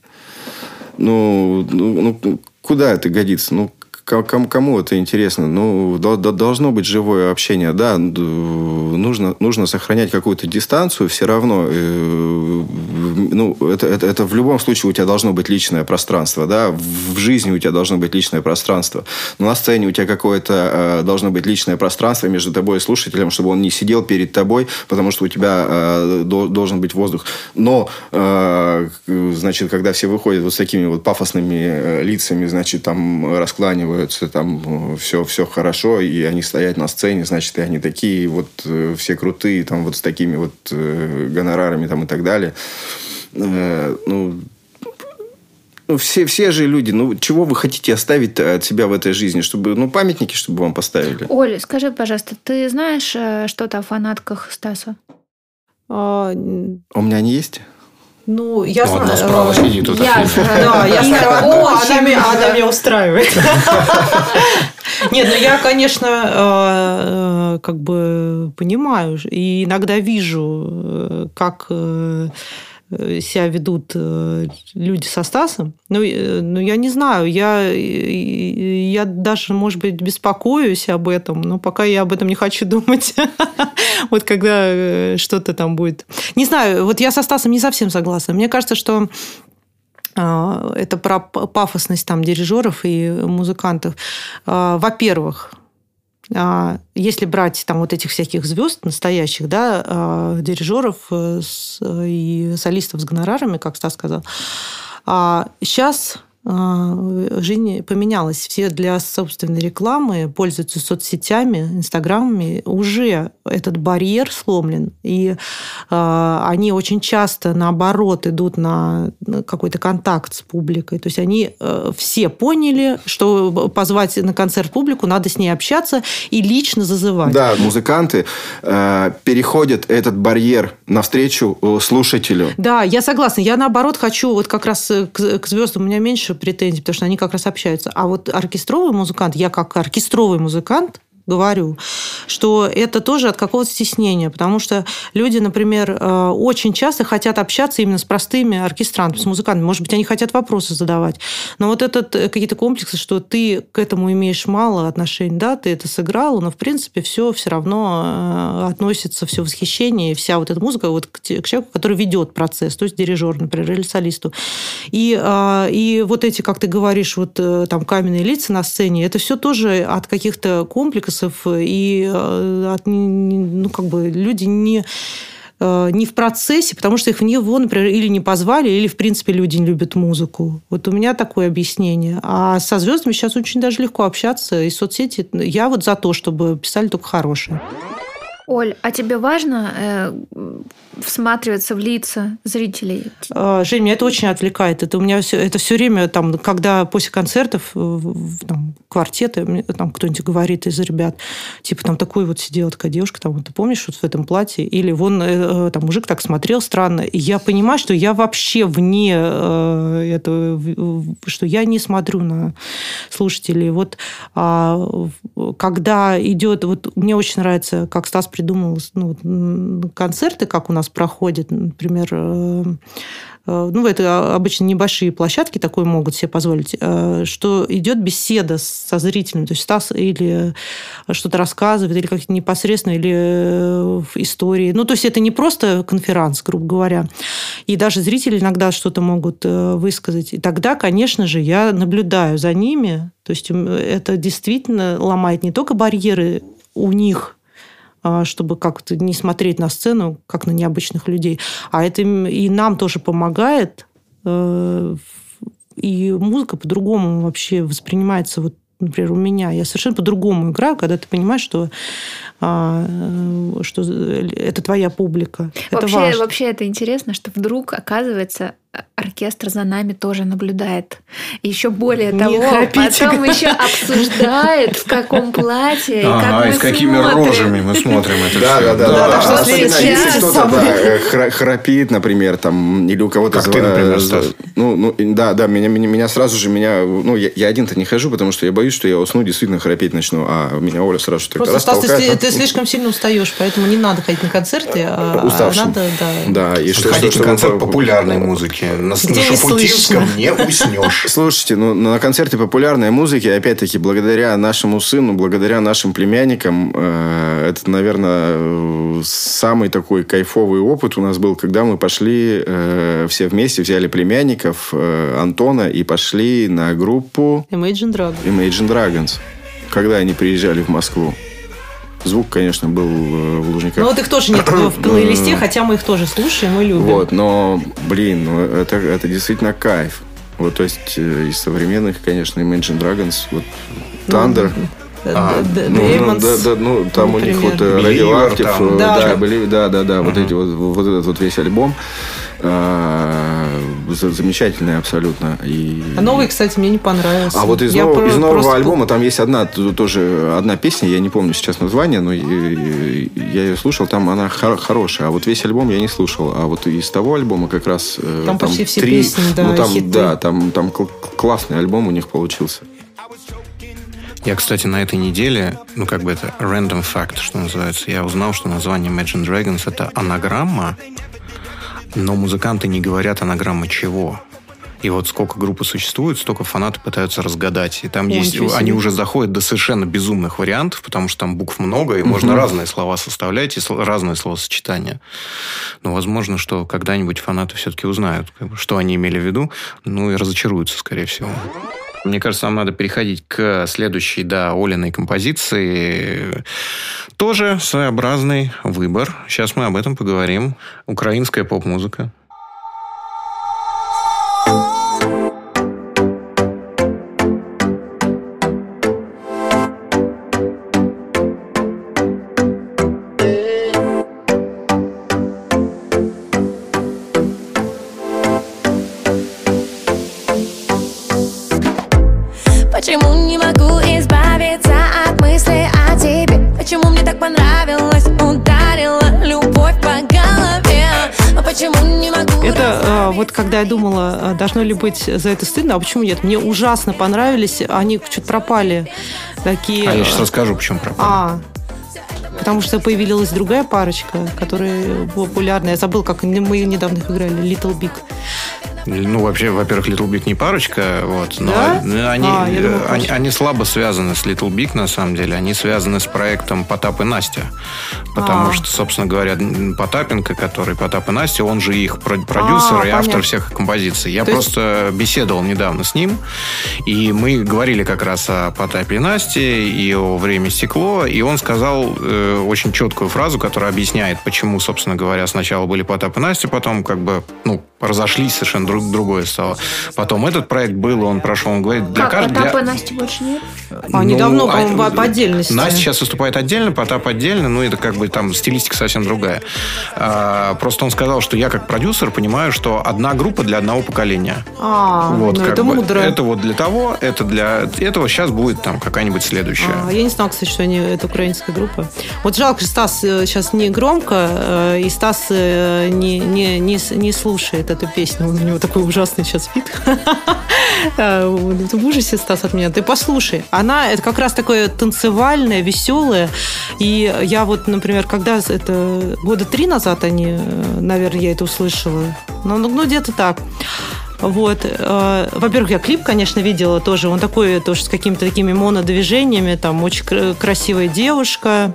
куда это годится? Кому это интересно? Должно быть живое общение. Да, нужно сохранять какую-то дистанцию все равно. Это в любом случае у тебя должно быть личное пространство. Да? В жизни у тебя должно быть личное пространство. Но на сцене у тебя какое-то должно быть личное пространство между тобой и слушателем, чтобы он не сидел перед тобой, потому что у тебя должен быть воздух. Но, когда все выходят вот с такими вот пафосными лицами, там раскланивают, там все хорошо, и они стоят на сцене, значит, и они такие вот все крутые, там вот с такими вот гонорарами там и так далее. Все же люди, чего вы хотите оставить от себя в этой жизни? Чтобы, памятники, чтобы вам поставили. Оля, скажи, пожалуйста, ты знаешь что-то о фанатках Стаса? У меня они есть? Я знаю. Одна справа сидит. Я знаю. Она меня устраивает. Нет, я, конечно, понимаю и иногда вижу, как себя ведут люди со Стасом. Я не знаю. Я даже, может быть, беспокоюсь об этом, но пока я об этом не хочу думать. Вот когда что-то там будет. Не знаю, вот я со Стасом не совсем согласна. Мне кажется, что это про пафосность там дирижеров и музыкантов. Во-первых, если брать там вот этих всяких звезд настоящих, да, дирижеров и солистов с гонорарами, как Стас сказал, сейчас жизнь поменялась. Все для собственной рекламы пользуются соцсетями, инстаграмами. Уже этот барьер сломлен. И они очень часто, наоборот, идут на какой-то контакт с публикой. То есть они все поняли, что позвать на концерт публику, надо с ней общаться и лично зазывать. Да, музыканты переходят этот барьер навстречу слушателю. Да, я согласна. Я, наоборот, хочу вот как раз к звездам у меня меньше претензий, потому что они как раз общаются. А вот оркестровый музыкант, я как оркестровый музыкант, говорю, что это тоже от какого-то стеснения, потому что люди, например, очень часто хотят общаться именно с простыми оркестрантами, с музыкантами. Может быть, они хотят вопросы задавать. Но вот какие-то комплексы, что ты к этому имеешь мало отношений, да, ты это сыграл, но, в принципе, все равно относится, все восхищение, вся вот эта музыка вот к человеку, который ведет процесс, то есть дирижер, например, или солисту. И вот эти, как ты говоришь, вот там каменные лица на сцене, это все тоже от каких-то комплексов, и люди не в процессе, потому что их в него, например, или не позвали, или, в принципе, люди не любят музыку. Вот у меня такое объяснение. А со звездами сейчас очень даже легко общаться. И соцсети... Я вот за то, чтобы писали только хорошие. Оль, а тебе важно всматриваться в лица зрителей? Жень, меня это очень отвлекает. Это у меня это все время, там, когда после концертов там, квартеты, там кто-нибудь говорит из ребят, типа там такой вот сидела такая девушка, там, ты помнишь, вот в этом платье? Или вон там мужик так смотрел странно. И я понимаю, что я вообще вне этого, что я не смотрю на слушателей. Вот когда идет... Вот мне очень нравится, как Стас придумал концерты, как у нас проходят, например, это обычно небольшие площадки такое могут себе позволить, что идет беседа со зрителем, то есть Стас или что-то рассказывает, или как-то непосредственно, или в истории. То есть это не просто конферанс, грубо говоря. И даже зрители иногда что-то могут высказать. И тогда, конечно же, я наблюдаю за ними. То есть это действительно ломает не только барьеры у них, чтобы как-то не смотреть на сцену, как на необычных людей. А это и нам тоже помогает. И музыка по-другому вообще воспринимается. Вот, например, у меня. Я совершенно по-другому играю, когда ты понимаешь, что это твоя публика. Это важно. Вообще это интересно, что вдруг, оказывается, оркестр за нами тоже наблюдает. И еще более того, потом еще обсуждает, в каком платье, и как мы с какими рожами мы смотрим это все. Да. Если кто-то храпит, например, там, или у кого-то... Как ты, например, Стас. Да, меня сразу же... Я один-то не хожу, потому что я боюсь, что я усну, действительно храпеть начну, а меня Оля сразу же просто, Стас, ты слишком сильно устаешь, поэтому не надо ходить на концерты, уставшим. Надо... Да, и ходить на концерт популярной музыки. На Шуфутинском не уснешь. Слушайте, на концерте популярной музыки, опять-таки, благодаря нашему сыну, благодаря нашим племянникам, это, наверное, самый такой кайфовый опыт у нас был, когда мы пошли все вместе, взяли племянников Антона и пошли на группу Imagine Dragons. Когда они приезжали в Москву. Звук, конечно, был в Лужниках. Вот их тоже нет в плейлисте, хотя мы их тоже слушаем и любим. Вот, но, это действительно кайф. Вот, то есть, из современных, конечно, Imagine Dragons, вот, Thunder. Там у них вот Radioactive, вот этот вот весь альбом. Замечательный абсолютно. А новый, кстати, мне не понравился. А вот из нового альбома там есть одна песня, я не помню сейчас название, но я ее слушал, там она хорошая. А вот весь альбом я не слушал. А вот из того альбома как раз... Там почти все песни, хиты. Да, там классный альбом у них получился. Я, кстати, на этой неделе, это random fact, что называется, я узнал, что название Imagine Dragons — это анаграмма, но музыканты не говорят анаграмма чего. И вот сколько группы существует, столько фанаты пытаются разгадать. И там они уже заходят до совершенно безумных вариантов, потому что там букв много, и можно разные слова составлять, и разные словосочетания. Но возможно, что когда-нибудь фанаты все-таки узнают, что они имели в виду, и разочаруются, скорее всего. Мне кажется, нам надо переходить к следующей, Олиной композиции. Тоже своеобразный выбор. Сейчас мы об этом поговорим. Украинская поп-музыка. Почему не могу избавиться от мысли о тебе? Почему мне так понравилось, ударила любовь по голове? Почему не могу вот когда я думала, должно ли быть за это стыдно, а почему нет? Мне ужасно понравились, они что-то пропали. Такие... А я сейчас расскажу, почему пропали. Потому что появилась другая парочка, которая популярная. Я забыл, как мы недавно их играли. Little Big. Ну, вообще, во-первых, Little Big не парочка, вот, но да? они слабо связаны с Little Big, на самом деле. Они связаны с проектом Потап и Настя. Потому что, собственно говоря, Потапенко, который Потап и Настя, он же их продюсер и автор всех композиций. Я просто беседовал недавно с ним, и мы говорили как раз о Потапе и Насте и о «Время и стекло», и он сказал очень четкую фразу, которая объясняет, почему, собственно говоря, сначала были Потап и Настя, потом как бы, разошлись, совершенно другое стало. Потом этот проект был, он прошел, он говорит... Потапа и Насти больше нет? Они давно, по отдельности. Настя сейчас выступает отдельно, Потап отдельно, это как бы там стилистика совсем другая. Просто он сказал, что я как продюсер понимаю, что одна группа для одного поколения. Это мудро. Это вот для того, это для этого, сейчас будет там какая-нибудь следующая. Я не знала, кстати, что это украинская группа. Вот жалко, Стас сейчас не громко, и Стас не слушает эту песню. У него такой ужасный сейчас вид. Ты в ужасе, Стас, от меня. Ты послушай. Это как раз такое танцевальное, веселое. И я вот, например, когда это года 3 назад наверное, я это услышала. Где-то так. Вот. Во-первых, я клип, конечно, видела тоже. Он такой тоже с какими-то такими монодвижениями. Там очень красивая девушка.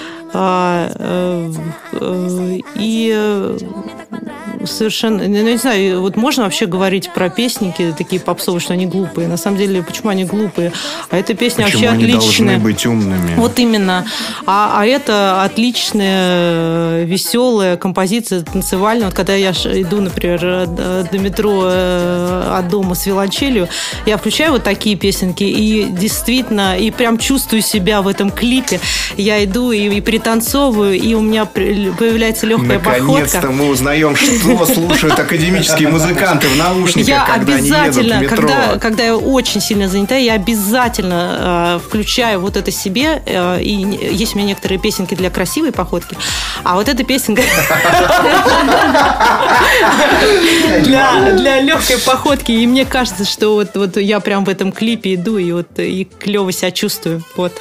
И совершенно... не знаю, вот можно вообще говорить про песники такие попсовые, что они глупые? На самом деле, почему они глупые? А эта песня почему вообще они отличная. Должны быть умными? Вот именно. А это отличная, веселая композиция танцевальная. Вот когда я иду, например, до метро от дома с виолончелью, я включаю вот такие песенки, и действительно, и прям чувствую себя в этом клипе. Я иду и пританцовываю, и у меня появляется легкая походка. Наконец-то мы узнаем, что слушают академические музыканты в наушниках, когда они едут в метро. Когда я очень сильно занята, я обязательно включаю вот это себе. И есть у меня некоторые песенки для красивой походки, а вот эта песенка для легкой походки. И мне кажется, что вот я прям в этом клипе иду и клево себя чувствую. Вот.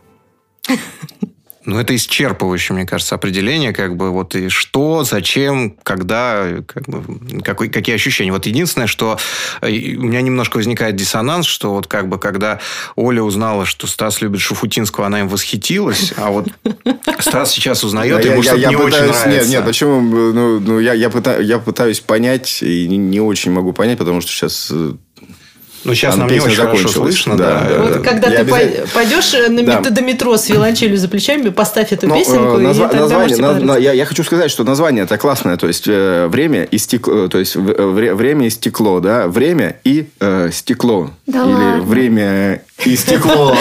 Это исчерпывающее, мне кажется, определение, и что, зачем, когда, какие ощущения. Вот единственное, что у меня немножко возникает диссонанс, что когда Оля узнала, что Стас любит Шуфутинского, она им восхитилась, а вот Стас сейчас узнает, ему что-то не очень нравится. Нет, почему? Я пытаюсь понять, и не очень могу понять, потому что сейчас... сейчас нам не очень хорошо слышно. Вот когда ты пойдешь до метро с виолончелью за плечами, поставь эту песенку, и тогда можете понравиться. Я хочу сказать, что название это классное. То есть, время и стекло. То есть, время и стекло. Да? Время и стекло. Да или ладно. Время и стекло.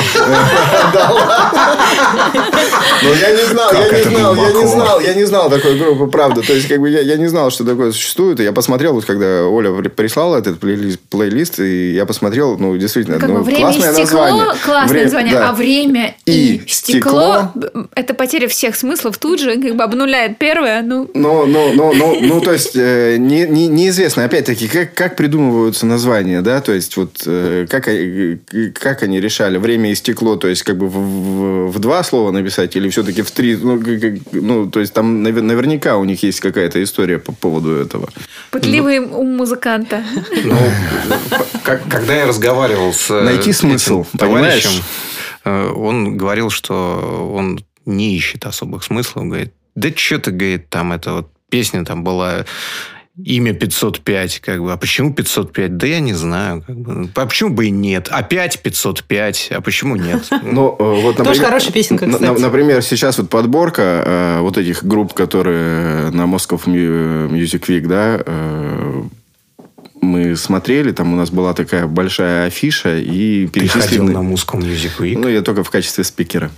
Но я не знал такой группы, правда. То есть, я не знал, что такое существует. И я посмотрел, когда Оля прислала этот плейлист, и я посмотрел, действительно, время и стекло, классное название, да. А время и стекло, это потеря всех смыслов тут же, обнуляет первое. То есть, неизвестно, опять-таки, как придумываются названия, да, то есть, как они решали, время и стекло, то есть, в 2 слова написать или все-таки в 3, то есть, там наверняка у них есть какая-то история по поводу этого. Пытливый ум музыканта. Когда я разговаривал с найти смысл, товарищем, он говорил, что он не ищет особых смыслов. Он говорит, да что ты, говорит, там эта песня там была... Имя 505, а почему 505? Да я не знаю, а почему бы и нет? Опять 505, а почему нет? Тоже хорошая песенка, кстати. Например, сейчас подборка вот этих групп, которые на Moscow Music Week, да, мы смотрели, там у нас была такая большая афиша и перечислены... Ты ходил на Moscow Music Week? Я только в качестве спикера.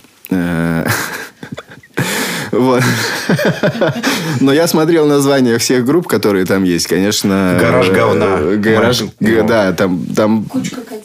Вот. Но я смотрел названия всех групп, которые там есть, конечно. Гараж говна. Да, там... Кучка котят.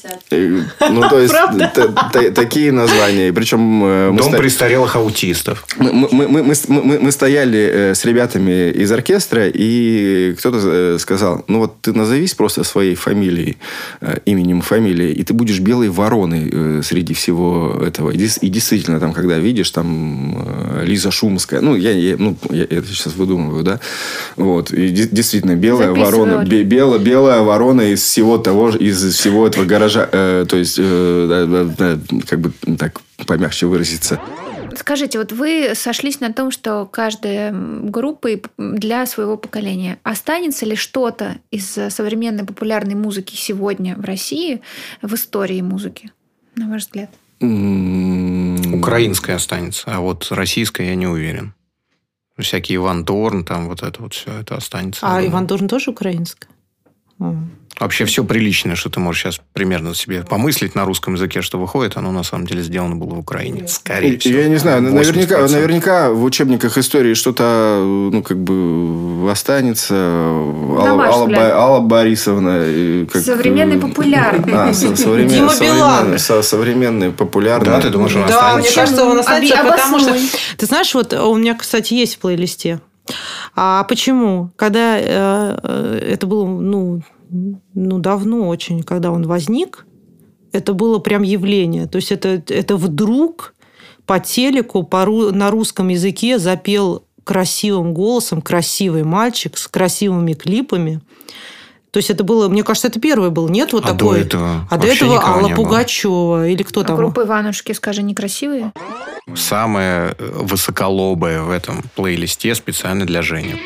Ну, то есть, такие названия. Причем... Дом престарелых аутистов. Мы стояли с ребятами из оркестра, и кто-то сказал, ну, вот ты назовись просто своей фамилией, именем, фамилией, и ты будешь белой вороной среди всего этого. И действительно, там, когда видишь, там, Лиза Шумская, ну, я это сейчас выдумываю, да, вот, и действительно, белая ворона, белая ворона из всего этого гаража, то есть, как бы так помягче выразиться. Скажите, вот вы сошлись на том, что каждая группа для своего поколения. Останется ли что-то из современной популярной музыки сегодня в России в истории музыки, на ваш взгляд? Украинская останется, а вот российская я не уверен. Всякие Иван Дорн, там вот это вот все, это останется. А Иван Дорн тоже украинская? Вообще все приличное, что ты можешь сейчас примерно себе помыслить на русском языке, что выходит, оно на самом деле сделано было в Украине. Скорее всего. Я не знаю, наверняка в учебниках истории что-то, ну, как бы останется. Алла Борисовна. Современный популярный. Дима Билан. Современный популярный. Да, ты думаешь, он Да, останется? мне кажется, он останется, потому что... Ты знаешь, вот у меня, кстати, есть в плейлисте. А почему? Когда это было, давно очень, когда он возник, это было прям явление. То есть это вдруг по телеку на русском языке запел красивым голосом красивый мальчик с красивыми клипами. То есть это было, мне кажется, это первый был. Нет вот такой. До этого Алла Пугачева или кто там? Группа Иванушки, скажи, некрасивые? Самое высоколобое в этом плейлисте специально для Жени.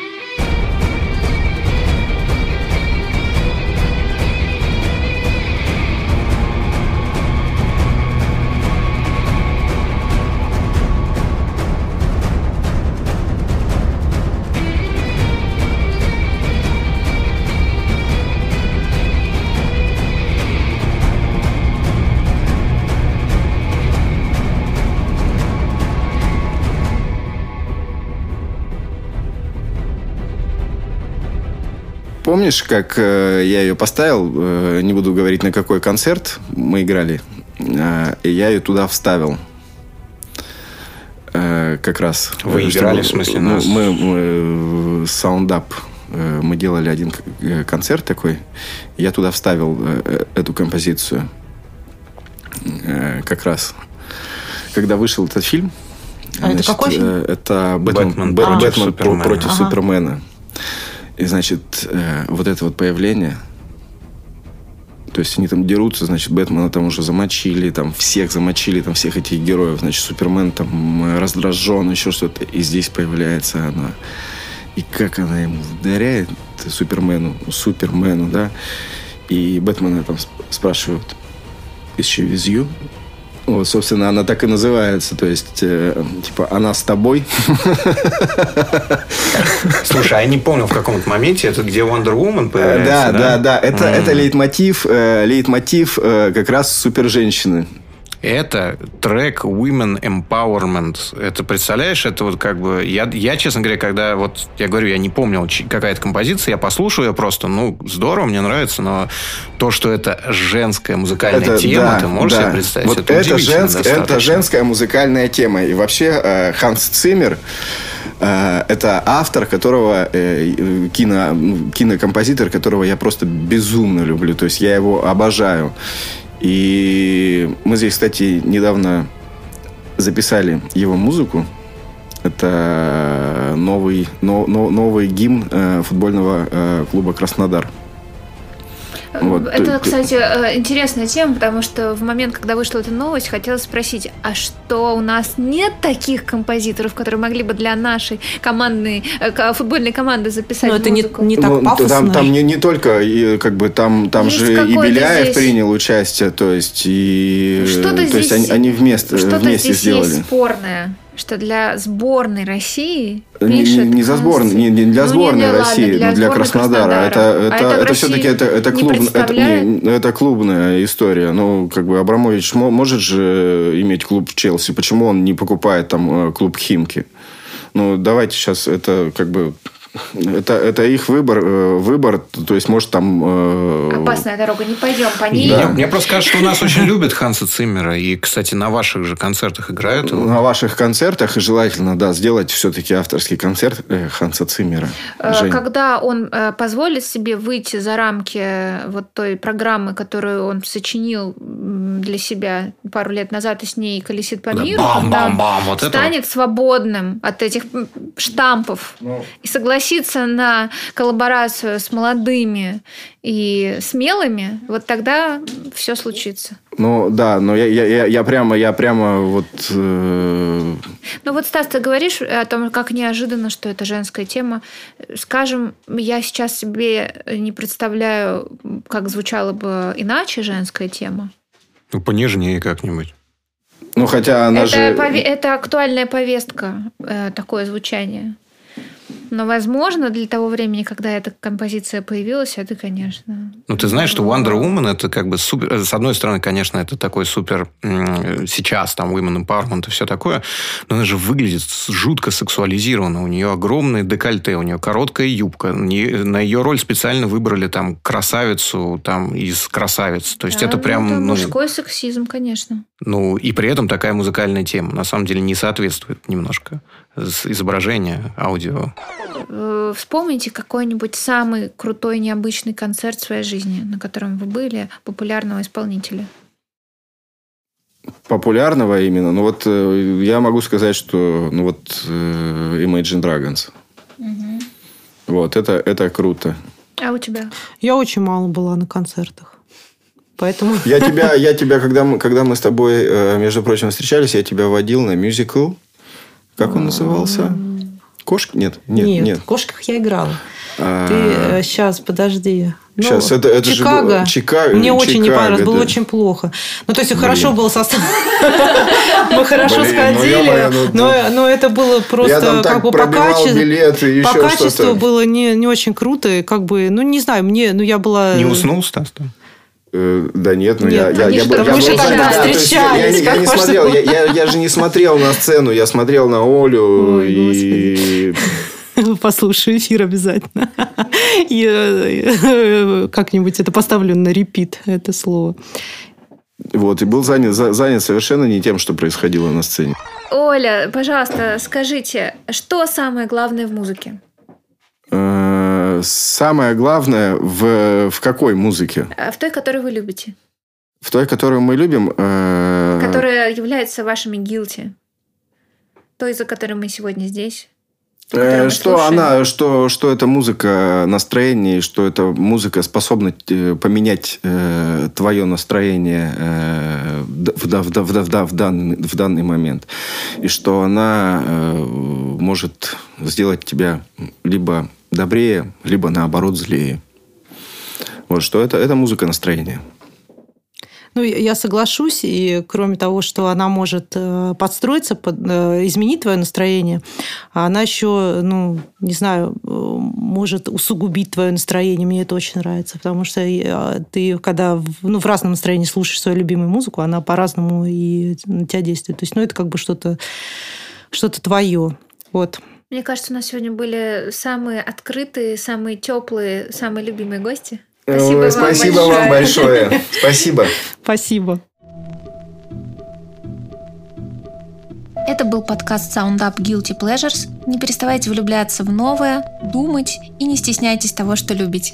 Помнишь, как я ее поставил, не буду говорить, на какой концерт мы играли, и я ее туда вставил. Как раз. Вы играли, в смысле, нас? Мы Sound Up, мы делали один концерт такой, я туда вставил эту композицию. Как раз. Когда вышел этот фильм... это какой фильм? Это «Бэтмен против Супермена». И, значит, вот это вот появление, то есть они там дерутся, значит, Бэтмена там уже замочили, там всех этих героев, значит, Супермен там раздражен, еще что-то, и здесь появляется она. И как она ему ударяет, Супермену, да, и Бэтмена там спрашивают, is she with you? Вот, собственно, она так и называется. То есть, типа, она с тобой. Слушай, а я не помню, в каком-то моменте это где Wonder Woman появляется. Да. Это лейтмотив как раз супер-женщины. Это трек Women Empowerment. Это, представляешь, это вот как бы... Я, честно говоря, когда вот... Я говорю, я не помнил, какая это композиция, я послушаю ее просто, здорово, мне нравится, но то, что это женская музыкальная тема, ты можешь себе представить? Вот это женская музыкальная тема. И вообще Ханс Циммер это автор, которого кинокомпозитор, которого я просто безумно люблю. То есть я его обожаю. И мы здесь, кстати, недавно записали его музыку. Это новый гимн футбольного клуба «Краснодар». Вот. Это, кстати, интересная тема, потому что в момент, когда вышла эта новость, хотелось спросить, а что, у нас нет таких композиторов, которые могли бы для нашей футбольной команды записать музыку? Это не так пафосно. Там не только, как бы там же и Беляев принял участие, то есть они вместе сделали. Что-то здесь есть спорное. Что для сборной России пишет... Не для сборной России, но для Краснодара. Это все-таки это клубная история. Ну, как бы Абрамович может же иметь клуб в Челси. Почему он не покупает там клуб Химки? Ну, давайте сейчас это как бы... Это их выбор, то есть, может, там... Опасная дорога, не пойдем по ней. Да. Мне просто кажется, что у нас очень любят Ханса Циммера. И, кстати, на ваших же концертах играют его. На ваших концертах желательно, да, сделать все-таки авторский концерт Ханса Циммера. Жень. Когда он позволит себе выйти за рамки вот той программы, которую он сочинил для себя пару лет назад и с ней колесит по миру, вот станет свободным от этих штампов и согласится на коллаборацию с молодыми и смелыми, вот тогда все случится. Ну, да, но я прямо вот... Ну, вот, Стас, ты говоришь о том, как неожиданно, что это женская тема. Скажем, я сейчас себе не представляю, как звучала бы иначе женская тема. Ну, понежнее как-нибудь. Ну, хотя она это актуальная повестка, такое звучание. Но, возможно, для того времени, когда эта композиция появилась, это, конечно... Ну, ты знаешь, что Wonder Woman – это как бы супер... С одной стороны, конечно, это такой супер... Сейчас там Women Empowerment и все такое, но она же выглядит жутко сексуализированно. У нее огромные декольте, у нее короткая юбка. На ее роль специально выбрали там красавицу там, из красавиц. То есть, это прям... Это мужской сексизм, конечно. Ну, и при этом такая музыкальная тема. На самом деле, не соответствует немножко изображение, аудио. Вспомните какой-нибудь самый крутой, необычный концерт в своей жизни, на котором вы были, популярного исполнителя. Популярного именно? Ну, вот я могу сказать, что Imagine Dragons. Угу. Вот, это круто. А у тебя? Я очень мало была на концертах. Поэтому... Я тебя, когда мы с тобой, между прочим, встречались, я тебя водил на мюзикл. Как он назывался? Кошки? Нет. В «Кошках» я играла. Ты сейчас, подожди. Сейчас, это Чикаго. Чикаго. Мне очень не понравилось, было очень плохо. Ну, то есть, хорошо был состав. Мы хорошо сходили, но это было просто как бы по качеству было не очень круто. И как бы, ну, не знаю, я была... Не уснул, Стас, там? Да нет, мы же тогда встречались. Я не смотрел, я же не смотрел на сцену, я смотрел на Олю. И... Послушаю эфир обязательно. И как-нибудь это поставлю на репит, это слово. Вот, и был занят совершенно не тем, что происходило на сцене. Оля, пожалуйста, скажите, что самое главное в музыке? Самое главное в какой музыке? В той, которую вы любите. В той, которую мы любим? Которая является вашими guilty. Той, за которой мы сегодня здесь. Что это музыка настроения, что эта музыка способна поменять твое настроение в данный момент. И что она может сделать тебя либо добрее, либо наоборот злее. Вот что это музыка настроения. Ну, я соглашусь, и кроме того, что она может подстроиться, изменить твое настроение, она еще, не знаю, может усугубить твое настроение. Мне это очень нравится, потому что ты, когда в разном настроении слушаешь свою любимую музыку, она по-разному и на тебя действует. То есть, это как бы что-то твое. Вот. Мне кажется, у нас сегодня были самые открытые, самые теплые, самые любимые гости. Спасибо вам большое. Спасибо. Спасибо. Это был подкаст SoundUp Guilty Pleasures. Не переставайте влюбляться в новое, думать и не стесняйтесь того, что любите.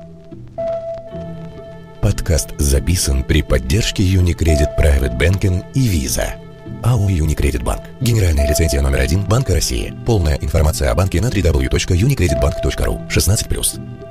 Подкаст записан при поддержке Unicredit Private Banking и Visa. АО Unicredit Bank. Генеральная лицензия номер 1 Банка России. Полная информация о банке на www.unicreditbank.ru. 16+.